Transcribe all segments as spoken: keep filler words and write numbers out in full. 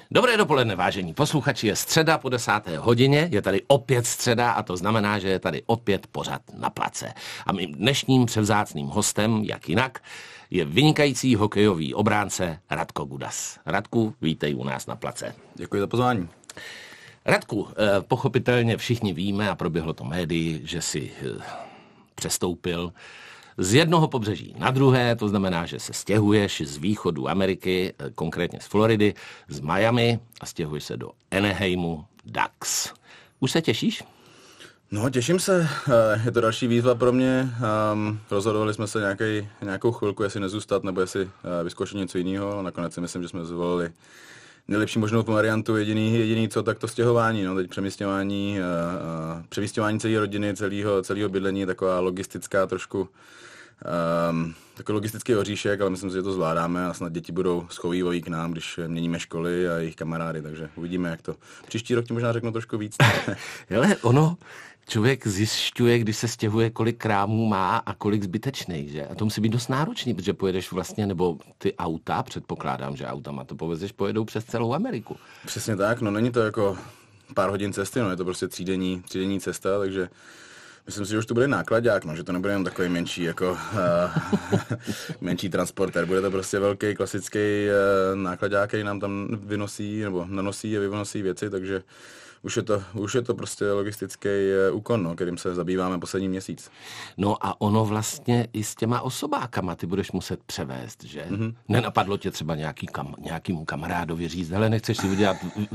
Dobré dopoledne, vážení posluchači, je středa po desáté hodině, je tady opět středa a to znamená, že je tady opět pořad Na place. A mým dnešním převzácným hostem, jak jinak, je vynikající hokejový obránce Radko Gudas. Radku, vítej u nás Na place. Děkuji za pozvání. Radku, pochopitelně všichni víme a proběhlo to médii, že si přestoupil z jednoho pobřeží na druhé, to znamená, že se stěhuješ z východu Ameriky, konkrétně z Floridy, z Miami a stěhuješ se do Anaheimu Ducks. Už se těšíš? No, těším se. Je to další výzva pro mě. Um, rozhodovali jsme se nějaký, nějakou chvilku, jestli nezůstat, nebo jestli uh, vyzkoušet něco jiného. Nakonec si myslím, že jsme zvolili nejlepší možnou variantu, jediný, jediný co, tak to stěhování. No, teď přemístěvání, uh, uh, přemístěvání celé rodiny, celého, celého bydlení, taková logistická trošku, um, takový logistický oříšek, ale myslím si, že to zvládáme a snad děti budou schovývaví k nám, když měníme školy a jejich kamarády, takže uvidíme, jak to. Příští rok ti možná řeknu trošku víc. Hele, ono, člověk zjišťuje, když se stěhuje, kolik krámů má a kolik zbytečných, že? A to musí být dost náročný, protože pojedeš vlastně, nebo ty auta, předpokládám, že autama to povezeš, pojedou přes celou Ameriku. Přesně tak, no není to jako pár hodin cesty, no je to prostě třídenní, třídenní cesta, takže myslím si, že už to bude nákladák, no, že to nebude jen takový menší, jako uh, menší transporter, bude to prostě velký klasický uh, nákladák, který nám tam vynosí, nebo nanosí a vynosí věci, takže Už je, to, už je to prostě logistický úkon, no, kterým se zabýváme poslední měsíc. No a ono vlastně i s těma osobákama ty budeš muset převést, že? Mm-hmm. Nenapadlo tě třeba nějaký kam, nějakýmu kamarádovi říct, hele, nechceš si udělat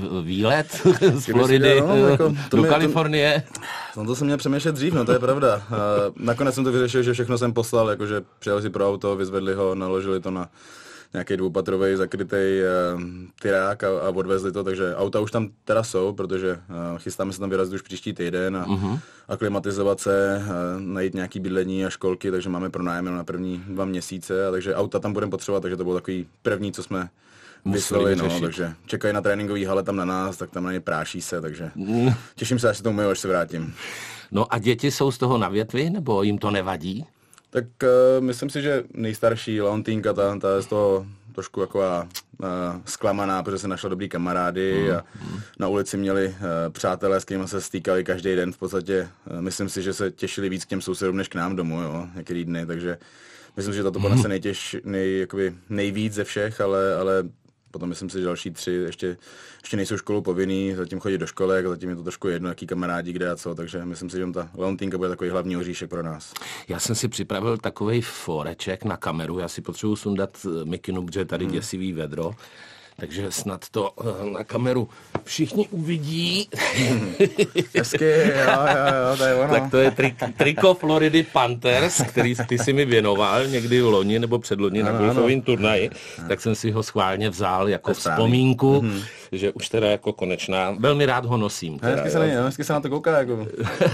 výlet z Floridy no, jako, do mě, Kalifornie? To, no to jsem měl přemýšlet dřív, no to je pravda. Nakonec jsem to vyřešil, že všechno jsem poslal, jakože přijeli si pro auto, vyzvedli ho, naložili to na nějaký dvoupatrový zakrytý uh, tyrák a, a odvezli to, takže auta už tam teda jsou, protože uh, chystáme se tam vyrazit už příští týden a uh-huh. aklimatizovat se, uh, najít nějaký bydlení a školky, takže máme pronájem na první dva měsíce, a takže auta tam budeme potřebovat, takže to bylo takový první, co jsme vyslali, no, takže čekají na tréninkový hale tam na nás, tak tam na ně práší se, takže uh. těším se, až se to umyju, až se vrátím. No a děti jsou z toho na větvi, nebo jim to nevadí? Tak uh, myslím si, že nejstarší Leontýnka, ta, ta je z toho trošku taková uh, zklamaná, protože se našla dobrý kamarády mm, a mm. na ulici měli uh, přátelé, s kterými se stýkali každý den v podstatě. Uh, myslím si, že se těšili víc k těm sousedům než k nám domů, jo, některý dny, takže myslím, že tato ponese nejtěž, nej, jakoby nejvíc ze všech, ale, ale potom myslím si, že další tři ještě, ještě nejsou školu povinný, zatím chodí do školek, zatím je to trošku jedno, jaký kamarádi, kde a co, takže myslím si, že ta Leontýnka bude takový hlavní oříšek pro nás. Já jsem si připravil takovej foreček na kameru, já si potřebuji sundat mikinu, protože je tady hmm. děsivý vedro, takže snad to na kameru všichni uvidí. Hezky, jo, jo, jo, to je ono. Tak to je tri, triko Floridy Panthers, který ty si mi věnoval někdy v loni nebo předloni na golfovém turnaji, tak jsem si ho schválně vzal jako vzpomínku, mm-hmm. že už teda jako konečná. Velmi rád ho nosím. Teda, hezky, se na, hezky se na to kouká. Jako.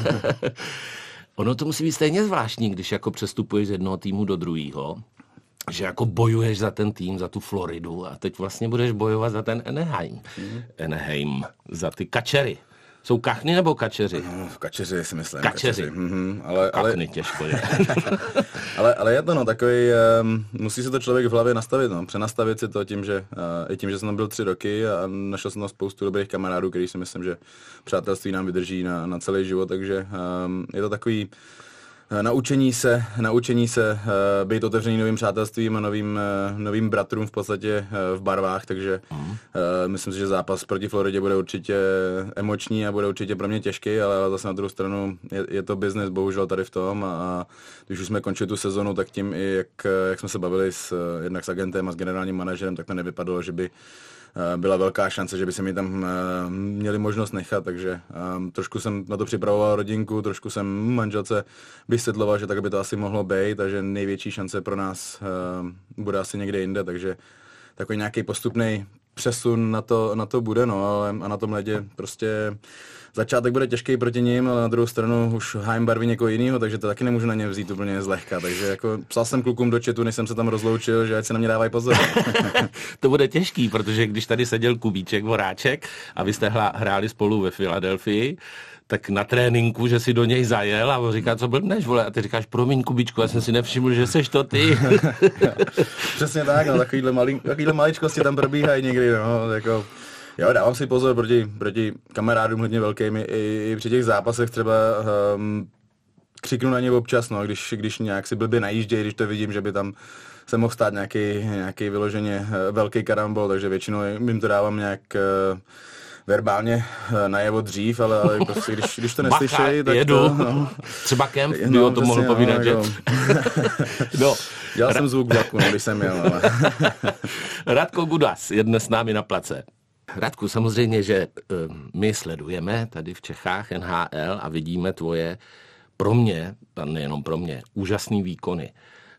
Ono to musí být stejně zvláštní, když jako přestupuješ z jednoho týmu do druhého, že jako bojuješ za ten tým, za tu Floridu a teď vlastně budeš bojovat za ten Anaheim. Mm. Anaheim, za ty kačery. Jsou kachny nebo kačeři? No, kačeři si myslím. Kačeři. kačeři. Mm-hmm, ale, Kachny ale... těžko je. ale, ale je to no, takový, um, musí se to člověk v hlavě nastavit, no, přenastavit si to tím, že uh, i tím, že jsem tam byl tři roky a našel jsem tam spoustu dobrých kamarádů, který si myslím, že přátelství nám vydrží na, na celý život, takže um, je to takový Naučení se, naučení se uh, být otevřený novým přátelstvím a novým, uh, novým bratrům v podstatě uh, v barvách, takže uh, myslím si, že zápas proti Floridě bude určitě emoční a bude určitě pro mě těžký, ale zase na druhou stranu je, je to business bohužel tady v tom a, a když už jsme končili tu sezonu, tak tím i jak, jak jsme se bavili s, jednak s agentem a s generálním manažerem, tak to nevypadalo, že by byla velká šance, že by se mi tam uh, měli možnost nechat, takže um, trošku jsem na to připravoval rodinku, trošku jsem manželce vysvětloval, že tak by to asi mohlo být, takže největší šance pro nás uh, bude asi někde jinde, takže takový nějaký postupný přesun na to, na to bude, no, ale a na tom ledě prostě začátek bude těžký proti ním, ale na druhou stranu už hájím barvy někoho jiného, takže to taky nemůžu na ně vzít úplně zlehka, takže jako psal jsem klukům do chatu, než jsem se tam rozloučil, že ať se na mě dávají pozor. To bude těžký, protože když tady seděl Kubíček, Voráček a vy jste hráli spolu ve Filadelfii, tak na tréninku, že si do něj zajel a on říká, co blbneš, vole, a ty říkáš, promiň Kubíčku, já jsem si nevšiml, že seš to ty. Přesně tak, no, takovýhle, malý, takovýhle maličkosti tam probíhají někdy, no, jako Jo, dávám si pozor proti, proti kamarádům hodně velkým, i, i při těch zápasech třeba um, křiknu na ně občas, no, když, když nějak si blbě najíždějí, když to vidím, že by tam se mohl stát nějaký, nějaký vyloženě velký karambol, takže většinou jim to dávám nějak uh, verbálně najevo dřív, ale, ale prostě když, když to neslyšejí, tak jedu. to... No, třeba Kemp by no, o tom mohl povídat, no, že? no. Dělal jsem zvuk vlaku, no, když jsem jel, ale... Radko Gudas je dnes s námi na place. Radku, samozřejmě, že my sledujeme tady v Čechách N H L a vidíme tvoje, pro mě, a nejenom pro mě, úžasný výkony.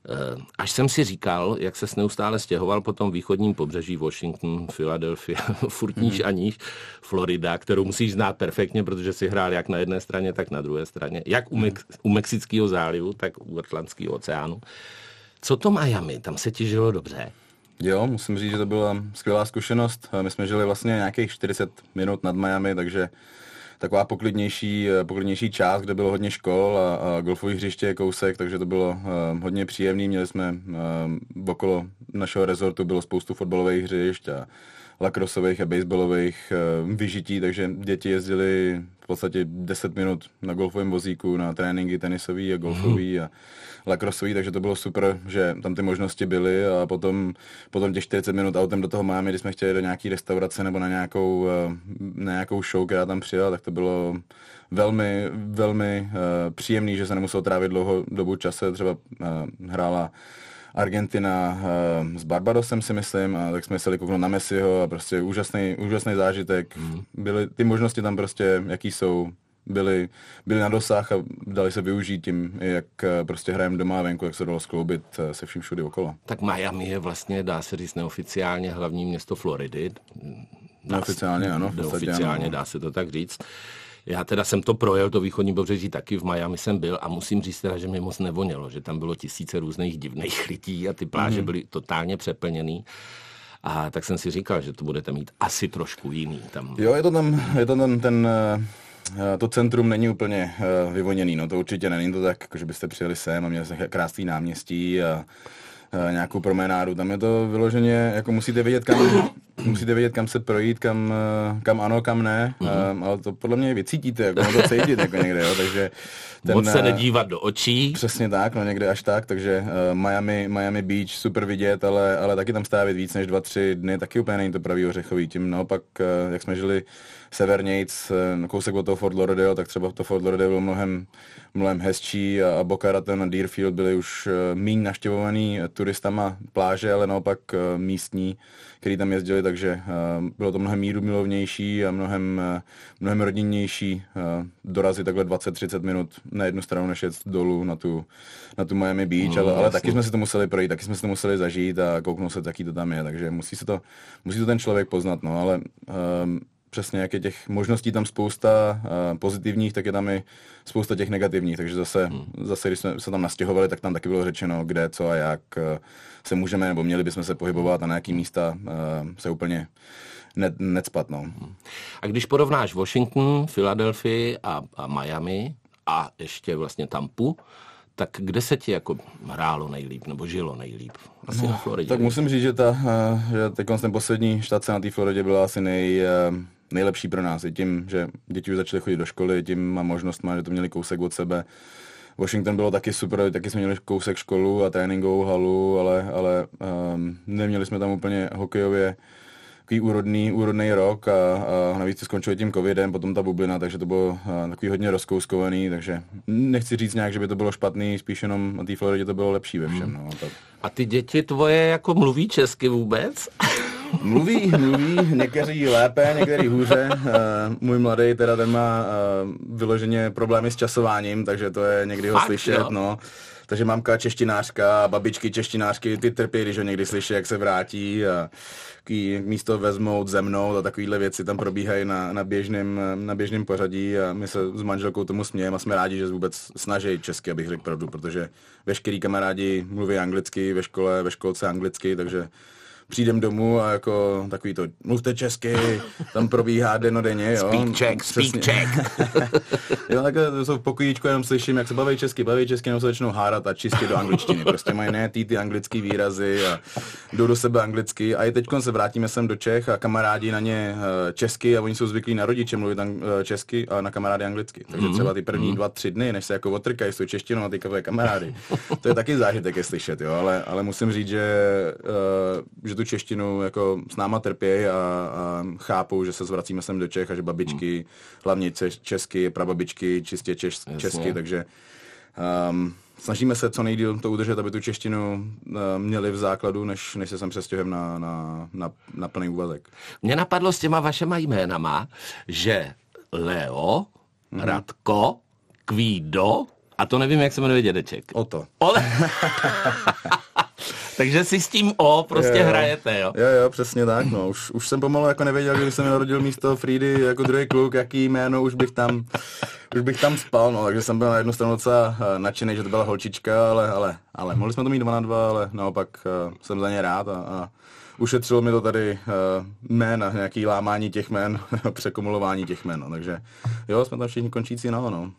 Až jsem si říkal, jak se neustále stěhoval po tom východním pobřeží, Washington, Philadelphia, furt níž a níž, Florida, kterou musíš znát perfektně, protože si hrál jak na jedné straně, tak na druhé straně, jak u, Mex- u Mexického zálivu, tak u Atlantského oceánu. Co to Miami? Tam se ti žilo dobře? Jo, musím říct, že to byla skvělá zkušenost. My jsme žili vlastně nějakých čtyřicet minut nad Miami, takže taková poklidnější, poklidnější část, kde bylo hodně škol a, a golfových hřiště kousek, takže to bylo uh, hodně příjemný. Měli jsme uh, okolo našeho rezortu bylo spoustu fotbalových hřišť a lacroseových a baseballových uh, vyžití, takže děti jezdili v podstatě deset minut na golfovém vozíku na tréninky tenisový a golfový a lacroseový, takže to bylo super, že tam ty možnosti byly a potom, potom těch čtyřicet minut autem do toho Miami, když jsme chtěli do nějaký restaurace nebo na nějakou, na nějakou show, která tam přijela, tak to bylo velmi, velmi uh, příjemný, že se nemuselo trávit dlouho dobu čase, třeba uh, hrála Argentina uh, s Barbadosem, si myslím, a tak jsme se kouknout na Messiho a prostě úžasný, úžasný zážitek. Mm. Byly ty možnosti tam prostě, jaký jsou, byly, byly na dosah a dali se využít tím, jak prostě hrajeme doma a venku, jak se dalo skloubit se vším všudy okolo. Tak Miami je vlastně, dá se říct, neoficiálně hlavní město Floridy. Neoficiálně, ano. Neoficiálně, ano. Dá se to tak říct. Já teda jsem to projel, to východní pobřeží taky, v Miami jsem byl a musím říct teda, že mi moc nevonělo, že tam bylo tisíce různých divných chytí a ty pláže mm. byly totálně přeplněný. A tak jsem si říkal, že to budete mít asi trošku jiný tam. Jo, je to tam, je to tam ten... To centrum není úplně vyvoněný, no to určitě není to tak, jako že byste přijeli sem a měli jste krásný náměstí a nějakou promenádu. Tam je to vyloženě, jako musíte vědět, kam, musíte vědět, kam se projít, kam, kam ano, kam ne, mm-hmm. ale to podle mě vycítíte, jako no to cítit jako někde, jo, takže... Ten, moc se nedívat do očí. Přesně tak, no někde až tak, takže uh, Miami, Miami Beach super vidět, ale, ale taky tam strávit víc než dva, tři dny, taky úplně není to pravý ořechový. Tím naopak, uh, jak jsme žili severnějc, uh, kousek od toho Fort Lauderdale, tak třeba to Fort Lauderdale bylo mnohem, mnohem hezčí a, a Boca Raton a Deerfield byly už uh, míň navštěvovaný turistama pláže, ale naopak uh, místní, který tam jezdili, takže uh, bylo to mnohem mírumilovnější a mnohem, uh, mnohem rodinnější uh, dorazit takhle dvacet třicet minut na jednu stranu, než jet dolů na tu, na tu Miami Beach, no, ale, ale taky jsme si to museli projít, taky jsme si to museli zažít a kouknout se, jaký to tam je, takže musí se to, musí to ten člověk poznat, no, ale um, přesně, jak je těch možností tam spousta uh, pozitivních, tak je tam i spousta těch negativních, takže zase, hmm. zase, když jsme se tam nastěhovali, tak tam taky bylo řečeno, kde, co a jak uh, se můžeme, nebo měli bychom se pohybovat a na jaký místa uh, se úplně ne, necpat, no. A když porovnáš Washington, Philadelphia a, a Miami a ještě vlastně Tampu, tak kde se ti jako hrálo nejlíp, nebo žilo nejlíp? Asi no, na Floridě. Tak musím říct, že, ta, že teď ten poslední štace na té Floridě byla asi nej, nejlepší pro nás. I tím, že děti už začaly chodit do školy, tím a možnost má, že to měli kousek od sebe. Washington bylo taky super, taky jsme měli kousek školu a tréninkovou halu, ale, ale um, neměli jsme tam úplně hokejově takový úrodný, úrodný rok a, a navíc to skončilo tím covidem, potom ta bublina, takže to bylo a, takový hodně rozkouskovaný, takže nechci říct nějak, že by to bylo špatný, spíš jenom na té Floridě to bylo lepší ve všem. No, tak. A ty děti tvoje jako mluví česky vůbec? Mluví, mluví, někteří lépe, někteří hůře. Uh, můj mladý teda ten má uh, vyloženě problémy s časováním, takže to je někdy ho Fakt, slyšet, jo? No. Takže mamka češtinářka, babičky češtinářky, ty trpí, když ho někdy slyší, jak se vrátí a místo vezmout, zemnout a takovýhle věci tam probíhají na, na, běžném, na běžném pořadí a my se s manželkou tomu smějeme a jsme rádi, že vůbec snaží česky, abych řekl pravdu, protože veškerý kamarádi mluví anglicky, ve škole, ve školce anglicky, takže přijdem domů a jako takový to, mluvte česky, tam probíhá denodenně, jo. Speak Czech, speak Czech. Jo, tak to jsou v pokojíčku, jenom slyším, jak se baví česky, baví česky, jenom se začnou hádat a čistě do angličtiny. Prostě mají ne ty, ty anglický výrazy a jdou do sebe anglicky. A i teď se vrátíme sem do Čech a kamarádi na ně česky a oni jsou zvyklí na rodiče mluvit česky a na kamarády anglicky. Takže třeba ty první dva, tři dny, než se jako otrkají s tou češtinou a ty kamarády. To je taky zážitek je slyšet, jo, ale, ale musím říct, že, uh, že tu češtinu jako s náma trpějí a, a chápou, že se zvracíme sem do Čech a že babičky, hmm. hlavně česky, prababičky, čistě češ, česky, takže um, snažíme se co nejdýl to udržet, aby tu češtinu uh, měli v základu, než, než se sem přestěhujeme na, na, na, na plný úvazek. Mně napadlo s těma vašema jménama, že Leo, hmm. Radko, Kvído, a to nevím, jak se jmenuje dědeček. Oto. Ole. Takže si s tím O prostě jo, hrajete, jo? Jo, jo, přesně tak, no. Už, už jsem pomalu jako nevěděl, když jsem narodil místo Frídy jako druhý kluk, jaký jméno, už bych tam, už bych tam spal, no. Takže jsem byl na jednu stranu docela nadšený, že to byla holčička, ale, ale, ale mohli jsme to mít dva na dva, ale naopak uh, jsem za ně rád a, a ušetřilo mi to tady uh, jména, nějaký lámání těch jmén, překumulování těch jmén, no. Takže jo, jsme tam všichni končící na ono.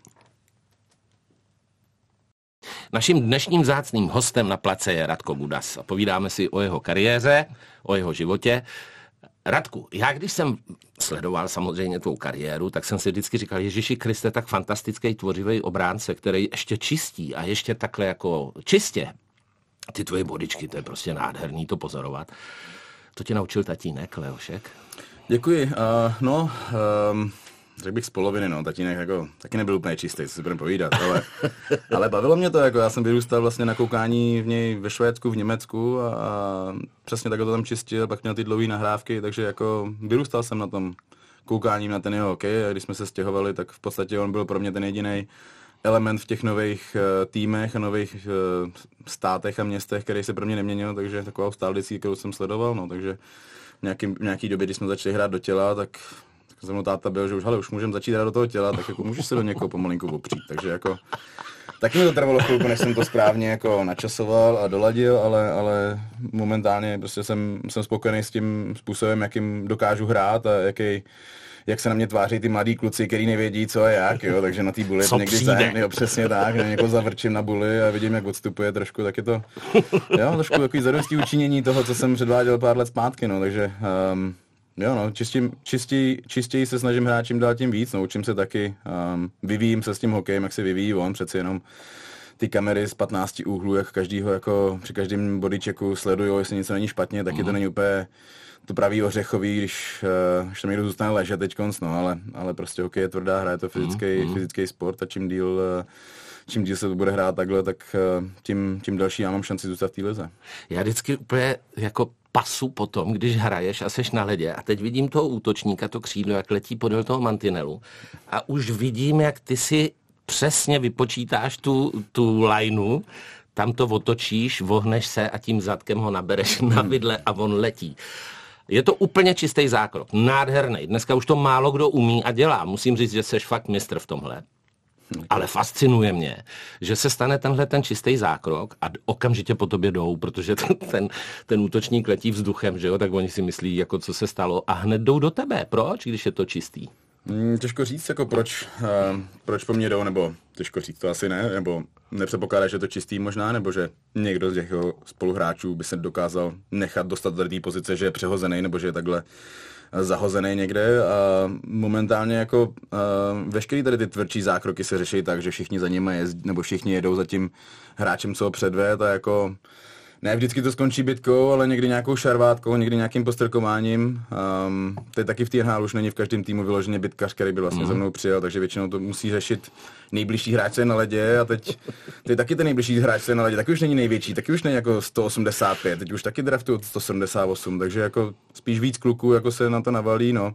Naším dnešním vzácným hostem na place je Radko Budas a povídáme si o jeho kariéře, o jeho životě. Radku, já když jsem sledoval samozřejmě tvou kariéru, tak jsem si vždycky říkal, Ježíši Kriste, tak fantastický tvořivý obránce, který ještě čistí a ještě takhle jako čistě. Ty tvoje bodičky, to je prostě nádherný to pozorovat. To tě naučil tatínek, Leošek? Děkuji. Uh, no... Um... Řekl bych z poloviny, no, tatínek jako, taky nebyl úplně čistý, co si budeme povídat, ale, ale bavilo mě to, jako já jsem vyrůstal vlastně na koukání v něj ve Švédsku, v Německu a, a přesně takhle to tam čistil, pak měl ty dlouhé nahrávky, takže jako vyrůstal jsem na tom koukáním na ten jeho hokej a když jsme se stěhovali, tak v podstatě on byl pro mě ten jediný element v těch nových uh, týmech a nových uh, státech a městech, který se pro mě neměnil, takže taková ustálicí, kterou jsem sledoval, no, takže v nějaký, v nějaký době, když jsme začali hrát do těla, tak za mnou táta byl, že už, hele, už můžeme začít hrát do toho těla, tak jako můžeš se do někoho pomalinku opřít, takže jako taky mi to trvalo chvilku, než jsem to správně jako načasoval a doladil, ale, ale momentálně prostě jsem, jsem spokojený s tím způsobem, jakým dokážu hrát a jaký, jak se na mě tváří ty mladí kluci, který nevědí, co a jak, jo, takže na té buli někdy zajem, jo, přesně tak, někoho zavrčím na buli a vidím, jak odstupuje trošku, tak je to, jo, trošku takový zadostí učinění toho, co jsem předváděl pár let zpátky, no, takže um, jo, no, čistím, čistí, čistěji se snažím hrát čím dál tím víc, no, učím se taky, um, vyvíjím se s tím hokejem, jak se vyvíjí on, přeci jenom ty kamery z patnácti úhlů, jak každýho, jako při každém bodychecku sledujou, jestli něco není špatně, taky mm. to není úplně to pravý ořechový, když, uh, když tam někdo zůstane ležet teďkonc, no, ale, ale prostě hokej je tvrdá hra, je to fyzický, mm. fyzický sport a čím díl, uh, čím díl se to bude hrát takhle, tak uh, tím, tím další já mám šanci zůstat v té lize. Já vždycky úplně jako pasu potom, když hraješ a seš na ledě a teď vidím toho útočníka, to křídlo, jak letí podél toho mantinelu a už vidím, jak ty si přesně vypočítáš tu, tu lineu, tam to otočíš, vohneš se a tím zadkem ho nabereš na vidle a on letí. Je to úplně čistý zákrok, nádherný. Dneska už to málo kdo umí a dělá. Musím říct, že seš fakt mistr v tomhle. Ale fascinuje mě, že se stane tenhle ten čistý zákrok a okamžitě po tobě jdou, protože ten, ten, ten útočník letí vzduchem, že jo, tak oni si myslí, jako co se stalo a hned jdou do tebe. Proč, když je to čistý? Hmm, těžko říct, jako proč, uh, proč po mně jdou, nebo těžko říct, to asi ne, nebo nepředpokládá, že je to čistý možná, nebo že někdo z těch spoluhráčů by se dokázal nechat dostat do té pozice, že je přehozený, nebo že je takhle zahozený někde a momentálně jako uh, veškerý tady ty tvrdší zákroky se řeší tak, že všichni za nimi jezdí, nebo všichni jedou za tím hráčem, co ho předved a jako ne vždycky to skončí bitkou, ale někdy nějakou šarvátkou, někdy nějakým postrkováním. Um, teď taky v té N H L už není v každém týmu vyloženě bitkař, který by vlastně mm. za mnou přijel, takže většinou to musí řešit nejbližší hráč, co je na ledě a teď, teď taky ten nejbližší hráč, co je na ledě, taky už není největší, taky už není jako sto osmdesát pět, teď už taky draftují sto sedmdesát osm, takže jako spíš víc kluků jako se na to navalí, no.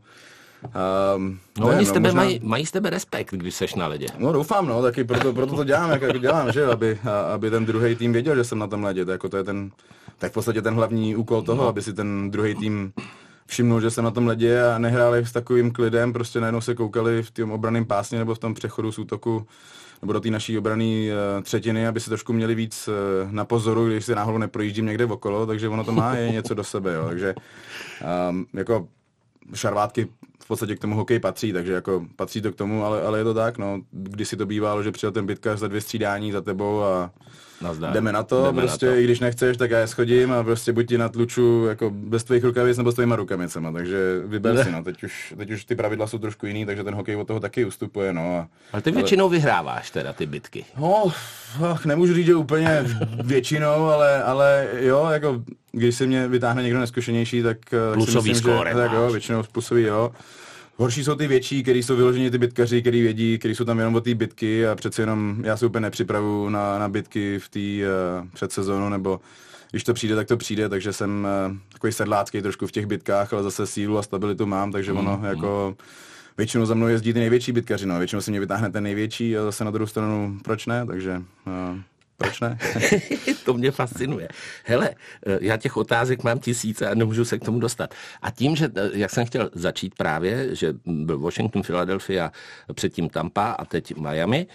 Um, no oni z tebe možná... mají, mají z tebe respekt, když seš na ledě. No doufám, no, taky proto, proto to dělám, jak, jak dělám, že aby, a, aby ten druhý tým věděl, že jsem na tom ledě, to, jako to je ten, tak v podstatě ten hlavní úkol toho, no. aby si ten druhý tým všimnul, že jsem na tom ledě a nehráli s takovým klidem, prostě najednou se koukali v tom obranném pásně nebo v tom přechodu z útoku nebo do té naší obranné uh, třetiny, aby si trošku měli víc uh, na pozoru, když si náhodou neprojíždím někde okolo, takže ono to má je něco do sebe, jo. Takže um, jako šarvátky v podstatě k tomu hokej patří, takže jako patří to k tomu, ale, ale je to tak, no, když si to bývalo, že přijel ten bitkař za dvě střídání za tebou a Nazdar. jdeme na to, jdeme prostě na to. I když nechceš, tak já je schodím a prostě buď ti natluču jako bez tvých rukavic nebo s tvýma rukavicema, takže vyber si, no, teď už, teď už ty pravidla jsou trošku jiný, takže ten hokej od toho taky ustupuje, no. A, ale ty většinou ale... vyhráváš teda ty bitky. No, ach, nemůžu říct, že úplně většinou, ale, ale jo, jako když se mě vytáhne někdo neskušenější, tak plusový si myslím, skóre že tak jo, většinou plusový, jo. Horší jsou ty větší, který jsou vyloženi ty bitkaři, který vědí, který jsou tam jenom od té bitky a přece jenom já se úplně nepřipravuju na, na bitky v té uh, předsezónu, nebo když to přijde, tak to přijde, takže jsem uh, takový sedlácký trošku v těch bitkách, ale zase sílu a stabilitu mám, takže mm, ono mm. jako většinou za mnou jezdí ty největší bitkaři, no, většinou si mě vytáhne ten největší a zase na druhou stranu proč ne, takže... Uh, Proč ne? To mě fascinuje. Hele, já těch otázek mám tisíce a nemůžu se k tomu dostat. A tím, že, jak jsem chtěl začít právě, že byl Washington, Philadelphia, předtím Tampa a teď Miami,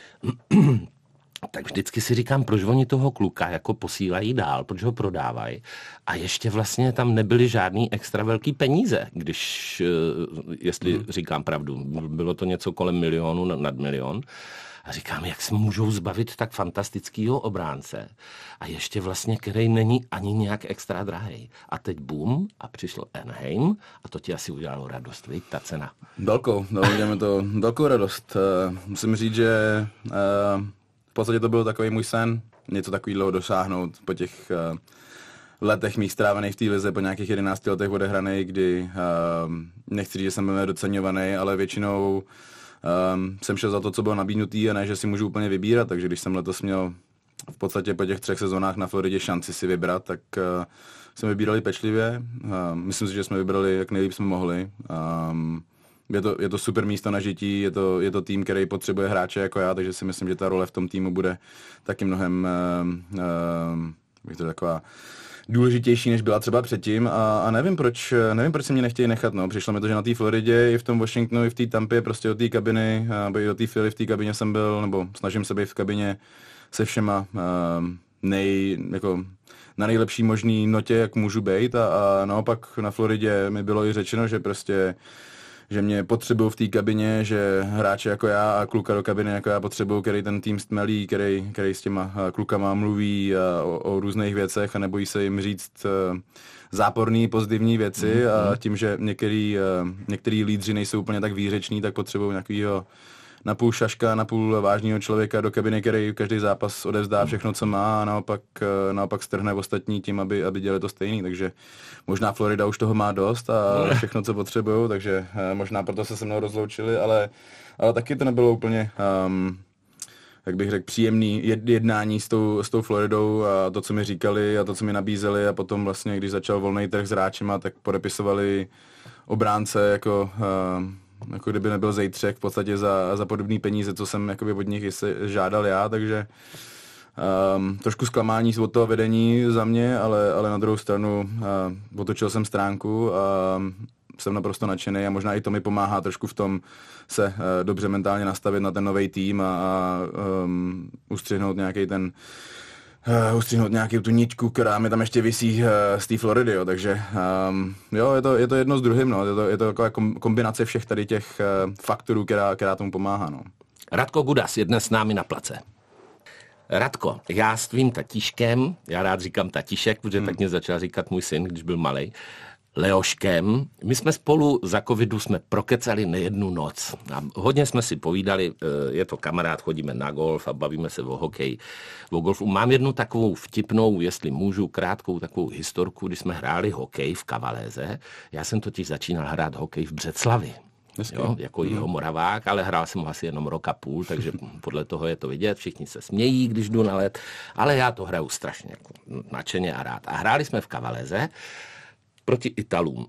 tak vždycky si říkám, proč oni toho kluka jako posílají dál, proč ho prodávají. A ještě vlastně tam nebyly žádný extra velký peníze, když, jestli hmm. říkám pravdu, bylo to něco kolem milionu, nad milion. A říkám, jak se můžou zbavit tak fantastického obránce a ještě vlastně, který není ani nějak extra drahej. A teď bum, a přišlo Anaheim a to ti asi udělalo radost, víš, ta cena. Velkou, no, uděláme to velkou radost. Uh, musím říct, že uh, v podstatě to byl takový můj sen, něco takového dosáhnout po těch uh, letech mých strávených v té lize, po nějakých jedenácti letech odehraných, kdy uh, nechci říct, že jsem byl doceňovaný, ale většinou Um, jsem šel za to, co bylo nabídnutý a ne, že si můžu úplně vybírat, takže když jsem letos měl v podstatě po těch třech sezónách na Floridě šanci si vybrat, tak uh, jsme vybírali pečlivě. Uh, myslím si, že jsme vybrali, jak nejlíp jsme mohli. Um, je, to, je to super místo na žití, je to, je to tým, který potřebuje hráče jako já, takže si myslím, že ta role v tom týmu bude taky mnohem uh, uh, bych to taková důležitější, než byla třeba předtím a, a nevím, proč, nevím, proč se mě nechtějí nechat, no. Přišlo mi to, že na té Floridě, i v tom Washingtonu, i v té Tampě, prostě do té kabiny, nebo i do té Philly v té kabině jsem byl, nebo snažím se být v kabině se všema uh, nej, jako na nejlepší možný notě, jak můžu být a, a naopak na Floridě mi bylo i řečeno, že prostě že mě potřebují v té kabině, že hráče jako já a kluka do kabiny jako já potřebují, který ten tým stmelí, který, který s těma klukama mluví o, o různých věcech a nebojí se jim říct uh, záporný, pozitivní věci mm-hmm. a tím, že některý, uh, některý lídři nejsou úplně tak výřeční, tak potřebují nějakýho napůl šaška, napůl vážného člověka do kabiny, který každý zápas odevzdá všechno, co má a naopak, naopak strhne ostatní tím, aby, aby dělali to stejný. Takže možná Florida už toho má dost a všechno, co potřebují, takže možná proto se se mnou rozloučili, ale, ale taky to nebylo úplně, um, jak bych řekl, příjemný jednání s tou, s tou Floridou a to, co mi říkali a to, co mi nabízeli a potom vlastně, když začal volný trh s hráčema, tak podepisovali obránce jako... Um, jako kdyby nebyl zejtřek v podstatě za, za podobné peníze, co jsem jakoby od nich žádal já, takže um, trošku zklamání od toho vedení za mě, ale, ale na druhou stranu uh, otočil jsem stránku a um, jsem naprosto nadšený a možná i to mi pomáhá trošku v tom se uh, dobře mentálně nastavit na ten nový tým a, a um, ustřihnout nějaký ten Uh, ustřihnout nějakou tu niťku, která mi tam ještě visí uh, z té Floridy, jo, takže um, jo, je to, je to jedno s druhým, no, je to, je to taková kombinace všech tady těch uh, faktorů, která, která tomu pomáhá, no. Radko Gudas je dnes s námi na place. Radko, já s tvým tatíškem, já rád říkám tatíšek, protože hmm. tak mě začal říkat můj syn, když byl malej, Leoškem. My jsme spolu za covidu jsme prokecali nejednu noc. A hodně jsme si povídali, je to kamarád, chodíme na golf a bavíme se o hokeji, o golfu. Mám jednu takovou vtipnou, jestli můžu, krátkou takovou historku, když jsme hráli hokej v Kavaléze. Já jsem totiž začínal hrát hokej v Břeclavi. Jo, jako jeho Moravák, ale hrál jsem ho asi jenom rok a půl, takže podle toho je to vidět, všichni se smějí, když jdu na led, ale já to hraju strašně nadšeně a rád. A hráli jsme v Kavaléze proti Italům.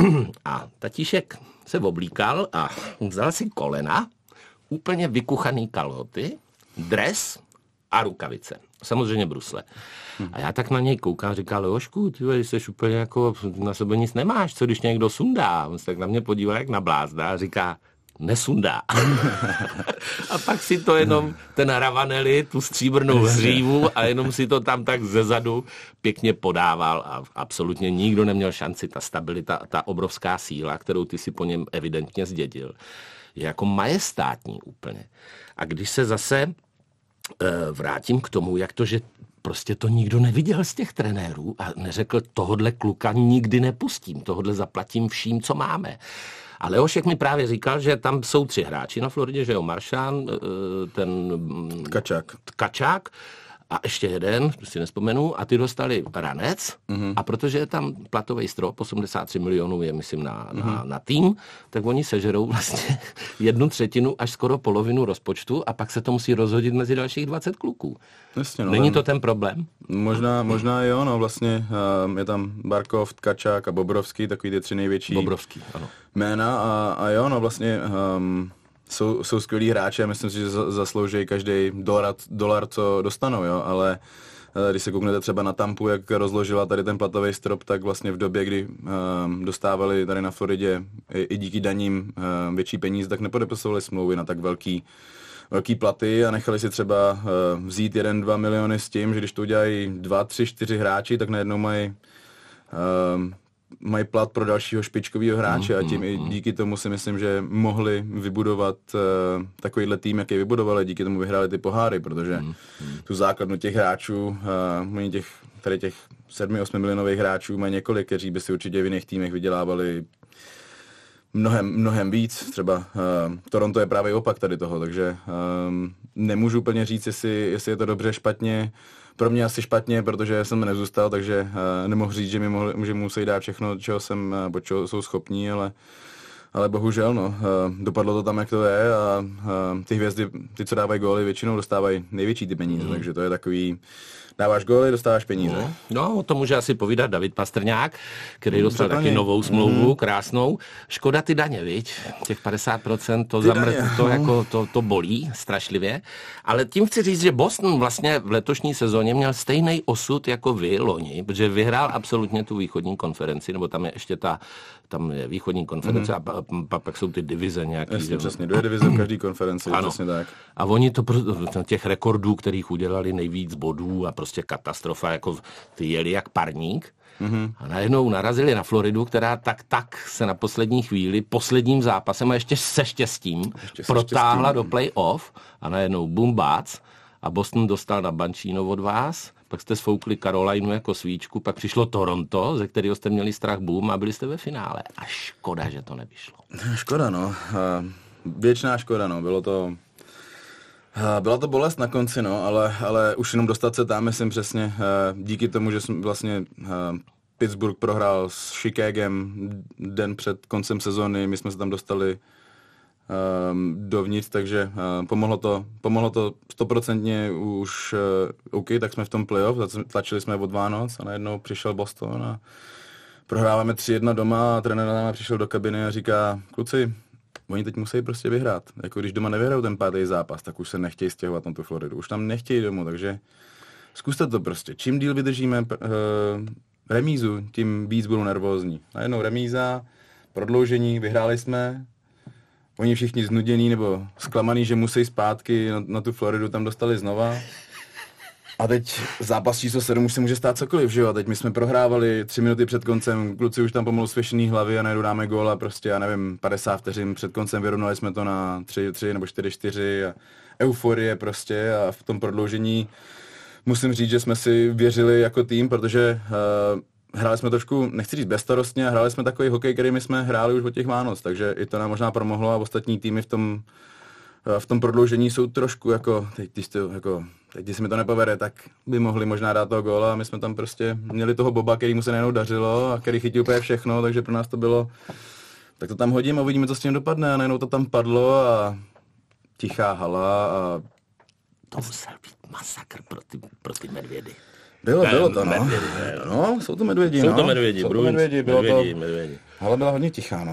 A tatíšek se oblíkal a vzal si kolena, úplně vykuchaný kalhoty, dres a rukavice. Samozřejmě brusle. A já tak na něj koukám, říká, Leošku, ty jsi úplně jako, na sebe nic nemáš, co když někdo sundá? On se tak na mě podívá jak na blázda a říká, nesundá. A pak si to jenom ten Ravanelli, tu stříbrnou hřívu a jenom si to tam tak zezadu pěkně podával a absolutně nikdo neměl šanci. Ta stabilita, ta obrovská síla, kterou ty si po něm evidentně zdědil, je jako majestátní úplně. A když se zase e, vrátím k tomu, jak to, že prostě to nikdo neviděl z těch trenérů a neřekl, tohodle kluka nikdy nepustím, tohodle zaplatím vším, co máme. A Leošek mi právě říkal, že tam jsou tři hráči na Floridě, že jo, Maršán, ten... Tkačák. Tkačák a ještě jeden, si nespomenu, a ty dostali ranec mm-hmm. a protože je tam platový strop, osmdesát tři milionů je, myslím, na, mm-hmm. na, na tým, tak oni sežerou vlastně jednu třetinu až skoro polovinu rozpočtu a pak se to musí rozhodit mezi dalších dvacet kluků. Jasně, no, Není ten, to ten problém? Možná, možná jo, no vlastně uh, je tam Barkov, Tkačák a Bobrovský, takový ty tři největší Bobrovský, ano. jména a, a jo, no vlastně... Um, Jsou, jsou skvělí hráči a myslím si, že zaslouží každý dolar, dolar, co dostanou, jo, ale když se kouknete třeba na Tampu, jak rozložila tady ten platový strop, tak vlastně v době, kdy um, dostávali tady na Floridě i, i díky daním um, větší peníze, tak nepodepisovali smlouvy na tak velký, velký platy a nechali si třeba uh, vzít jeden, dva miliony s tím, že když to udělají dva, tři, čtyři hráči, tak najednou mají um, mají plat pro dalšího špičkového hráče mm, a tím mm, i díky tomu si myslím, že mohli vybudovat uh, takovýhle tým, jaký vybudovali, díky tomu vyhráli ty poháry, protože mm, mm. tu základnu těch hráčů, uh, mají těch, tady těch sedmi, osmi milionových hráčů mají několik, kteří by si určitě v jiných týmech vydělávali mnohem, mnohem víc. Třeba uh, Toronto je právě opak tady toho, takže um, nemůžu úplně říct, jestli, jestli je to dobře, špatně. Pro mě asi špatně, protože jsem nezůstal, takže uh, nemohu říct, že mi mohli, že musí dát všechno, čeho jsem, uh, čeho jsou schopní, ale, ale bohužel, no, uh, dopadlo to tam, jak to je a uh, ty hvězdy, ty, co dávají góly, většinou dostávají největší ty peníze, mm. takže to je takový, dáváš góly, dostáváš peníze. No, no, to může asi povídat David Pastrňák, který mm, dostal taky novou smlouvu, mm. krásnou. Škoda ty daně, viď? Těch padesát procent to, zamrt, daně, to, no. jako, to, to bolí strašlivě. Ale tím chci říct, že Boston vlastně v letošní sezóně měl stejný osud jako vy loni, protože vyhrál absolutně tu východní konferenci, nebo tam je ještě ta, tam je východní konference mm. a pak pa, pa, jsou ty divize nějaký. Jasně, přesně, dvě divize v každé konferenci, ano. Přesně tak. A oni to, těch rekordů, kterých udělali nejvíc bodů a prostě katastrofa, jako ty jeli jak parník. Mm-hmm. A najednou narazili na Floridu, která tak tak se na poslední chvíli, posledním zápasem a ještě se štěstím ještě protáhla se štěstím. do play-off a najednou bum bác a Boston dostal na bančíno od vás, pak jste sfoukli Carolinu jako svíčku, pak přišlo Toronto, ze kterého jste měli strach boom a byli jste ve finále. A škoda, že to nevyšlo. Škoda, no. Věčná škoda, no. Bylo to... Byla to bolest na konci, no, ale, ale už jenom dostat se tam, myslím přesně, díky tomu, že jsem vlastně Pittsburgh prohrál s Chicagem den před koncem sezóny, my jsme se tam dostali um, dovnitř, takže uh, pomohlo to, pomohlo to stoprocentně už, uh, OK, tak jsme v tom playoff, tlačili jsme od Vánoc a najednou přišel Boston a prohráváme tři jedna doma a trenér nám přišel do kabiny a říká, kluci, oni teď musí prostě vyhrát. Jako když doma nevyhrajou ten pátý zápas, tak už se nechtějí stěhovat na tu Floridu. Už tam nechtějí domů, takže zkuste to prostě. Čím díl vydržíme uh, remízu, tím víc budou nervózní. Najednou remíza, prodloužení, vyhráli jsme. Oni všichni znudění nebo zklamaný, že musí zpátky na, na tu Floridu, tam dostali znova. A teď zápas číslo sedm už se může stát cokoliv, že jo? A teď my jsme prohrávali tři minuty před koncem, kluci už tam pomalu svěšený hlavy a najednou dáme gól a prostě, já nevím, padesát vteřin před koncem vyrovnali jsme to na tři tři nebo čtyři čtyři a euforie prostě a v tom prodloužení musím říct, že jsme si věřili jako tým, protože uh, hráli jsme trošku, nechci říct bezstarostně, a hráli jsme takový hokej, který my jsme hráli už od těch Vánoc, takže i to nám možná pomohlo a ostatní týmy v tom v tom prodloužení jsou trošku jako, teď když, to, jako, teď když se mi to nepovede, tak by mohli možná dát toho góla a my jsme tam prostě měli toho Boba, který mu se najednou dařilo a který chytil úplně všechno, takže pro nás to bylo, tak to tam hodím a uvidíme, co s tím dopadne a najednou to tam padlo a tichá hala a... To musel být masakr pro ty, pro ty medvědy. Bylo, bylo to, no. Medvědy, no. no. Jsou to medvědi, jsou no. To medvědi, jsou to medvědi, bylo medvědi, to... medvědi. Hala byla hodně tichá, no.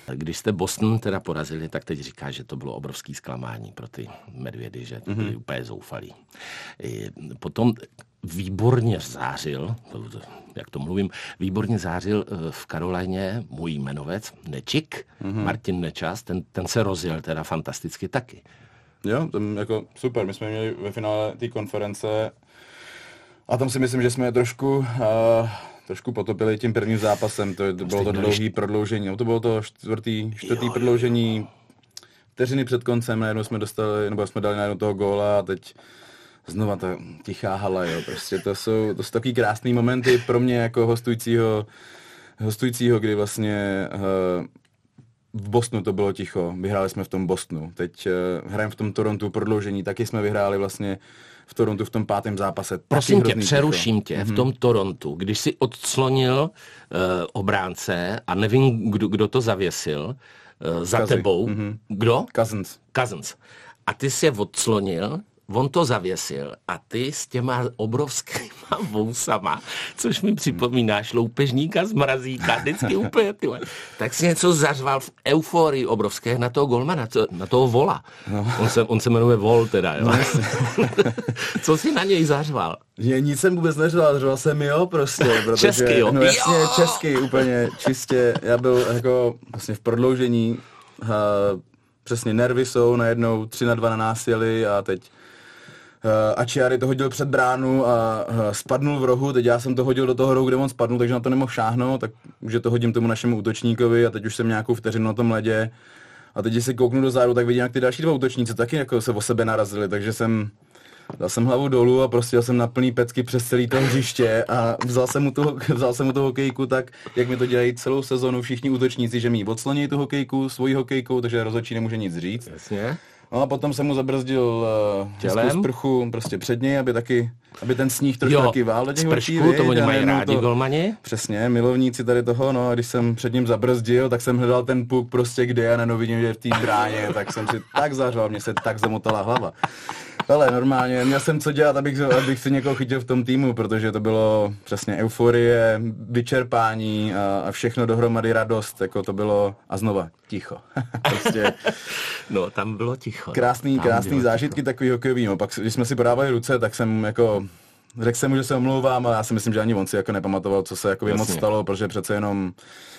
Když jste Boston teda porazili, tak teď říká, že to bylo obrovský zklamání pro ty medvědy, že to byli mm-hmm. úplně zoufalí. Potom výborně zářil, jak to mluvím, výborně zářil v Karolajně můj jmenovec Nečik, mm-hmm. Martin Nečas, ten, ten se rozjel teda fantasticky taky. Jo, tam jako super, my jsme měli ve finále té konference a tam si myslím, že jsme je trošku, uh, trošku potopili tím prvním zápasem, to, to bylo to dlouhé prodloužení, no, to bylo to čtvrtý, čtvrtý jo, prodloužení, jo. Vteřiny před koncem, najednou jsme dostali, nebo jsme dali najednou toho góla a teď znova ta tichá hala, jo, prostě to jsou, to jsou takový krásný momenty pro mě jako hostujícího, hostujícího, kdy vlastně uh, v Bostonu to bylo ticho, vyhráli jsme v tom Bostonu, teď uh, hrajeme v tom Torontu prodloužení, taky jsme vyhráli vlastně v Torontu v tom pátém zápase. Prosím tě, přeruším ticho. tě, v tom Torontu, když si odclonil uh, obránce a nevím, kdo, kdo to zavěsil, uh, za Kazi. tebou. Mm-hmm. Kdo? Cousins. Cousins. A ty si je odclonil, on to zavěsil a ty s těma obrovskýma vousama, což mi připomíná šloupežníka z Mrazíka, vždycky úplně tyhle, tak si něco zařval v euforii obrovské na toho golmana, na toho Vola. No. On, se, on se jmenuje Vol teda, jo. No, co si na něj zařval? Je, nic jsem vůbec neřval, řval jsem jo prostě, protože, česky, jo? No jasně, jo! česky úplně čistě, já byl jako vlastně v prodloužení, uh, přesně nervy jsou, najednou tři na dva na nás jeli a teď Uh, Ačiari to hodil před bránu a uh, spadnul v rohu, teď já jsem to hodil do toho rohu, kde on spadnul, takže na to nemohl šáhnout, takže to hodím tomu našemu útočníkovi a teď už jsem nějakou vteřinu na tom ledě a teď, když se kouknu dozadu, tak vidím, jak ty další dva útočníci taky jako se o sebe narazili, takže jsem dal jsem hlavu dolů a prostě jsem na plný pecky přes celý to hřiště a vzal jsem mu tu, vzal jsem mu tu hokejku tak, jak mi to dělají celou sezonu všichni útočníci, že mi odsloní tu hokejku svojí hokejkou, takže rozhodčí nemůže nic říct. Jasně. No a potom jsem mu zabrzdil uh, sprchu prostě před něj, aby taky, aby ten sníh trošku taky vál do těch očí. To oni mají rádi to, golmani. Přesně, milovníci tady toho, no a když jsem před ním zabrzdil, tak jsem hledal ten puk prostě kde a najednou vidím, že je v té bráně, tak jsem si tak zařval, mě se tak zamotala hlava. Ale normálně, měl jsem co dělat, abych, abych si někoho chytil v tom týmu, protože to bylo přesně euforie, vyčerpání a, a všechno dohromady radost, jako to bylo a znova ticho. prostě. No, tam bylo ticho. Krásný, tam krásný zážitky ticho. Takový hokejový, no. Pak když jsme si podávali ruce, tak jsem jako řekl jsem mu, že se omlouvám, ale já si myslím, že ani on si jako nepamatoval, co se jako moc stalo, protože přece jenom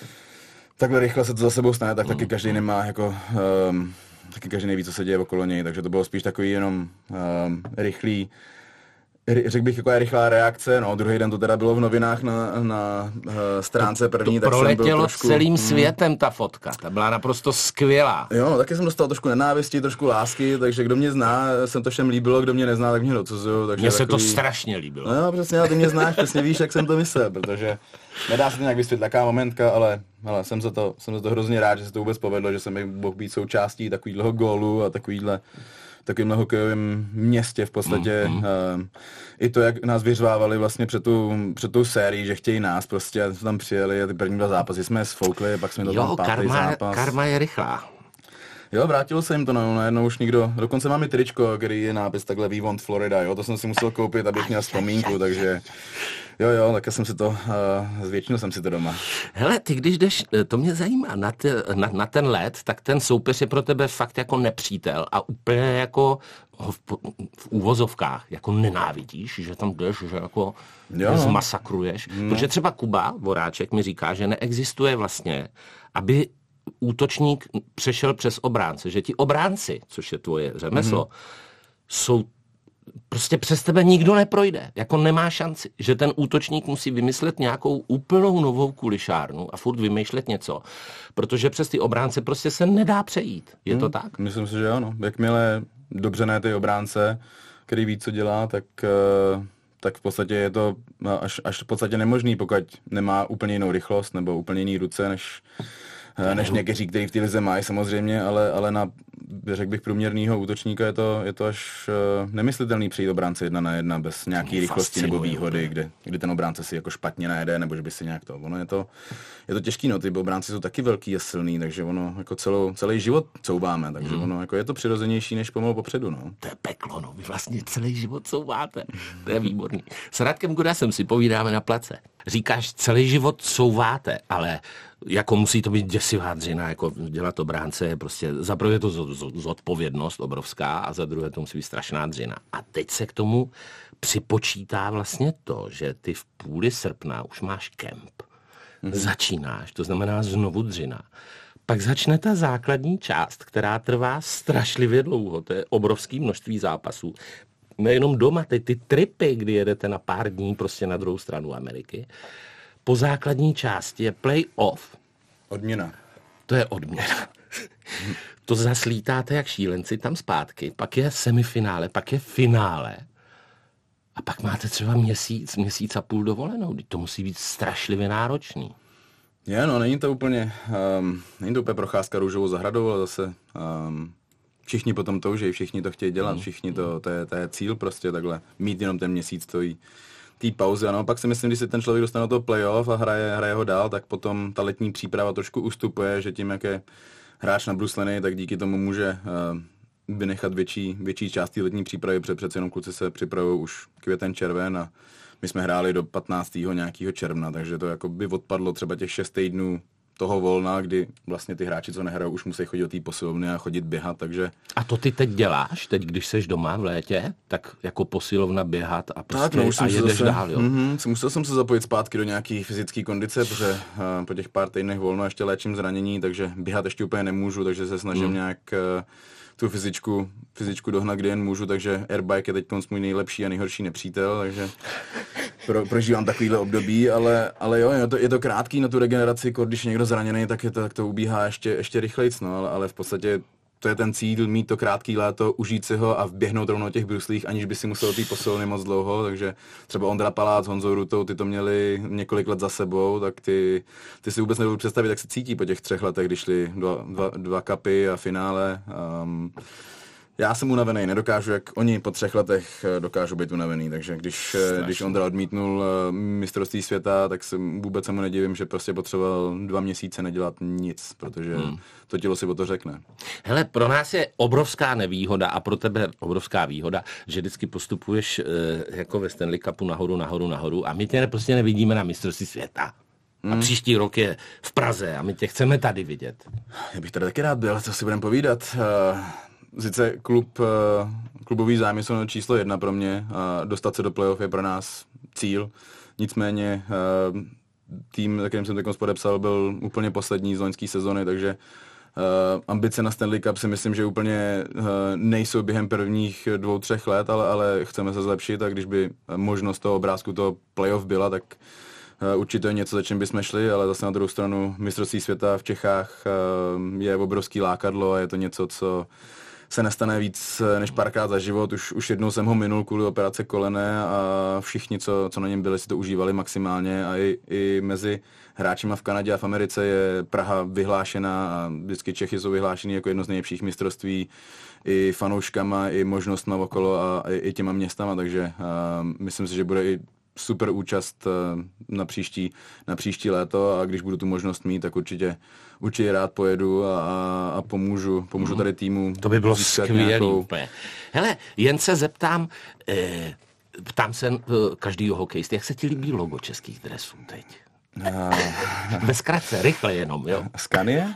takhle rychle se to za sebou stane, tak taky každý nemá jako um, taky každý neví, co se děje okolo něj, takže to bylo spíš takový jenom um, rychlý, řekl bych, jako je rychlá reakce, no, druhý den to teda bylo v novinách na, na uh, stránce první, to, to tak jsem byl trošku... celým světem ta fotka, ta byla naprosto skvělá. Jo, no, taky jsem dostal trošku nenávisti, trošku lásky, takže kdo mě zná, jsem to všem líbilo, kdo mě nezná, tak mě docuzuju. Mně se takový... to strašně líbilo. No, přesně, ale ty mě znáš, přesně víš, jak jsem to myslel, protože nedá se to nějak vysvětlit, taká momentka, ale, ale jsem, za to, jsem za to hrozně rád, že se to vůbec povedlo, že jsem mohl být součástí takovýhleho gólu a takovýhle takovýmhle hokejovém městě v podstatě. Mm-hmm. Uh, I to, jak nás vyřvávali vlastně před tu, před tu sérii, že chtějí nás prostě, jsme tam přijeli a ty první dva zápasy jsme je sfoukli, pak jsme to tam pátý karma, zápas. karma je rychlá. Jo, vrátilo se jim to, no, najednou už nikdo, dokonce máme tričko, který je nápis takhle We Want Florida, jo, to jsem si musel koupit, abych měl vzpomínku, takže jo, jo, tak jsem si to, uh, zvětšinil jsem si to doma. Hele, ty když jdeš, to mě zajímá, na, te, na, na ten let, tak ten soupeř je pro tebe fakt jako nepřítel a úplně jako ho v, v úvozovkách jako nenávidíš, že tam jdeš, že jako jo, zmasakruješ, no. Protože třeba Kuba Voráček mi říká, že neexistuje vlastně, aby útočník přešel přes obránce, že ti obránci, což je tvoje řemeslo, mm-hmm. jsou prostě přes tebe nikdo neprojde, jako nemá šanci, že ten útočník musí vymyslet nějakou úplnou novou kulišárnu a furt vymýšlet něco, protože přes ty obránce prostě se nedá přejít. Je to hmm, tak? Myslím si, že ano. Jakmile dobře ne ty obránce, který ví, co dělá, tak, tak v podstatě je to až, až v podstatě nemožný, pokud nemá úplně jinou rychlost nebo úplně jiný ruce, než než někteří, kteří v té lize mají samozřejmě, ale, ale na, řekl bych, průměrného útočníka je to, je to až uh, nemyslitelný přijít obránce jedna na jedna bez nějaký rychlosti nebo výhody, kde, kdy ten obránce si jako špatně najede, nebo že by si nějak to, ono je to, je to těžký, no, ty obránci jsou taky velký a silný, takže ono jako celou, celý život couváme, takže hmm. ono jako je to přirozenější než pomalu popředu, no. To je peklo, no, vy vlastně celý život couváte, to je výborný. S Radkem Gudasem si povídáme na place. Říkáš, celý život couváte, ale jako musí to být děsivá dřina, jako dělat obránce je prostě, za prvé je to zodpovědnost obrovská a za druhé to musí být strašná dřina. A teď se k tomu připočítá vlastně to, že ty v půli srpna už máš kemp. Mm-hmm. Začínáš, to znamená znovu dřina. Pak začne ta základní část, která trvá strašlivě dlouho, to je obrovské množství zápasů. Nejenom doma, ty, ty tripy, kdy jedete na pár dní prostě na druhou stranu Ameriky. Po základní části je play-off. Odměna. To je odměna. To zaslítáte jak šílenci tam zpátky, pak je semifinále, pak je finále a pak máte třeba měsíc, měsíc a půl dovolenou. To musí být strašlivě náročný. Je, no, není to úplně, um, není to úplně procházka růžovou zahradou, ale zase um, všichni potom toužejí, všichni to chtějí dělat, všichni to, to je, to je cíl prostě takhle, mít jenom ten měsíc stojí té pauzy. A naopak si myslím, když si ten člověk dostane do toho playoff a hraje, hraje ho dál, tak potom ta letní příprava trošku ustupuje, že tím, jak je hráč nabruslený, tak díky tomu může uh, vynechat větší, větší část té letní přípravy, protože přece jenom kluci se připravují už květen, červen a my jsme hráli do patnáctého nějakého června, takže to jako by odpadlo třeba těch šest týdnů toho volna, kdy vlastně ty hráči, co nehrajou, už musí chodit do té posilovny a chodit běhat, takže... A to ty teď děláš, teď když seš doma v létě, tak jako posilovna běhat a prostě tak, no, a jedeš zase, dál, jo? Mm-hmm, musel jsem se zapojit zpátky do nějaký fyzické kondice, protože uh, po těch pár týdnech volno ještě léčím zranění, takže běhat ještě úplně nemůžu, takže se snažím mm. nějak uh, tu fyzičku, fyzičku dohnat, kdy jen můžu, takže airbike je teď můj nejlepší a nejhorší nepřítel, takže pro, prožívám takovýhle období, ale, ale jo, je to, je to krátký na tu regeneraci, když je někdo zraněný, tak, je to, tak to ubíhá ještě, ještě rychlejc, no, ale, ale v podstatě to je ten cíl, mít to krátký léto, užít si ho a vběhnout rovnou na těch bruslích, aniž by si musel ty posilovny moc dlouho, takže třeba Ondra Palác s Honzou Rutou, ty to měli několik let za sebou, tak ty, ty si vůbec nedovedu představit, jak se cítí po těch třech letech, když šli dva, dva, dva kapy a finále. Um, Já jsem unavený, nedokážu, jak oni po třech letech dokážou být unavený, takže když, když Ondra odmítnul mistrovství světa, tak se vůbec se mu nedivím, že prostě potřeboval dva měsíce nedělat nic, protože hmm. to tělo si o to řekne. Hele, pro nás je obrovská nevýhoda a pro tebe obrovská výhoda, že vždycky postupuješ e, jako ve Stanley Cupu nahoru, nahoru, nahoru a my tě prostě nevidíme na mistrovství světa. Hmm. A příští rok je v Praze a my tě chceme tady vidět. Já bych tady taky rád byl, co si budeme povídat. Sice klub, klubový zájmy jsou číslo jedna pro mě a dostat se do playoff je pro nás cíl. Nicméně tým, za kterým jsem teď podepsal, byl úplně poslední z loňské sezony, takže ambice na Stanley Cup si myslím, že úplně nejsou během prvních dvou, třech let, ale, ale chceme se zlepšit a když by možnost toho obrázku toho playoff byla, tak určitě je něco, za čím bychom šli, ale zase na druhou stranu mistrovství světa v Čechách je obrovský lákadlo a je to něco, co se nestane víc než párkrát za život. Už, už jednou jsem ho minul kvůli operace kolene a všichni, co, co na něm byli, si to užívali maximálně a i, i mezi hráčima v Kanadě a v Americe je Praha vyhlášená a vždycky Čechy jsou vyhlášený jako jedno z nejlepších mistrovství i fanouškama, i možnostma okolo a i, i těma městama, takže uh, myslím si, že bude i super účast na příští, na příští léto a když budu tu možnost mít, tak určitě, určitě rád pojedu a, a pomůžu, pomůžu tady týmu. To by bylo skvělý. Nějakou... Hele, jen se zeptám, eh, ptám se eh, každýho hokejisty, jak se ti líbí logo českých dresů teď? Uh... Ve zkratce, rychle jenom, jo? Scania?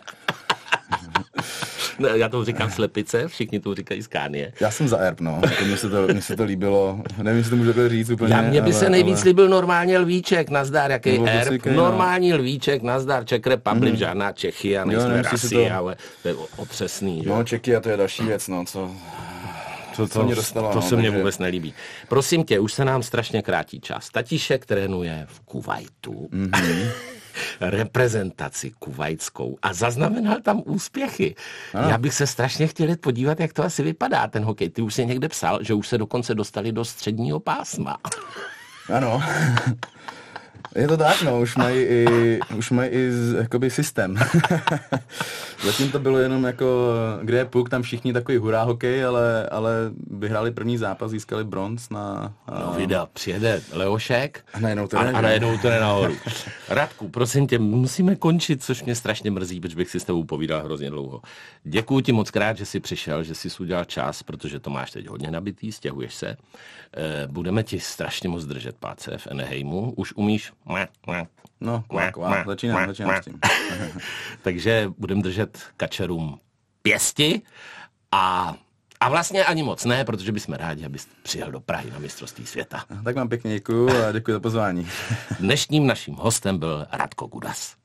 Já to říkám slepice, všichni to říkají Scania. Já jsem za erb, no. Mně se to, mně se to líbilo. Nevím, jestli to můžu takhle říct úplně. Já mně by ale, se nejvíc ale... líbil normálně lvíček, nazdar, jaký no, erb. Vosíkej, normální no. Lvíček, nazdar, Czech Republic, mm-hmm. žádná Čechy a nejsme rasy, to... ale to je otřesný. Že? No, Čechy a to je další věc, no, co... To, to, mě dostalo, to no, se mně takže... vůbec nelíbí. Prosím tě, už se nám strašně krátí čas. Tatíšek trénuje v Kuvajtu. Mm-hmm. reprezentaci kuvajtskou a zaznamenal tam úspěchy. Ano. Já bych se strašně chtěl jít podívat, jak to asi vypadá, ten hokej. Ty už jsi někde psal, že už se dokonce dostali do středního pásma. Ano. Je to tak, no, už mají i, už mají i jakoby systém. Zatím to bylo jenom jako, kde je puk, tam všichni takový hurá hokej, ale, ale vyhráli první zápas, získali bronz na... No vida, přijede Leošek a najednou to, a, a najednou to jde nahoru. Radku, prosím tě, musíme končit, což mě strašně mrzí, protože bych si s tebou povídal hrozně dlouho. Děkuju ti moc krát, že jsi přišel, že jsi udělal čas, protože to máš teď hodně nabitý, stěhuješ se. Budeme ti strašně moc držet palce v Anaheimu. Už umíš No, kvá, kvá. Začínám, začínám s tím. Takže budeme držet kačerům pěsti a, a vlastně ani moc ne, protože bychom rádi, abys přijel do Prahy na mistrovství světa. Tak vám pěkně děkuju a děkuji za pozvání. Dnešním naším hostem byl Radko Gudas.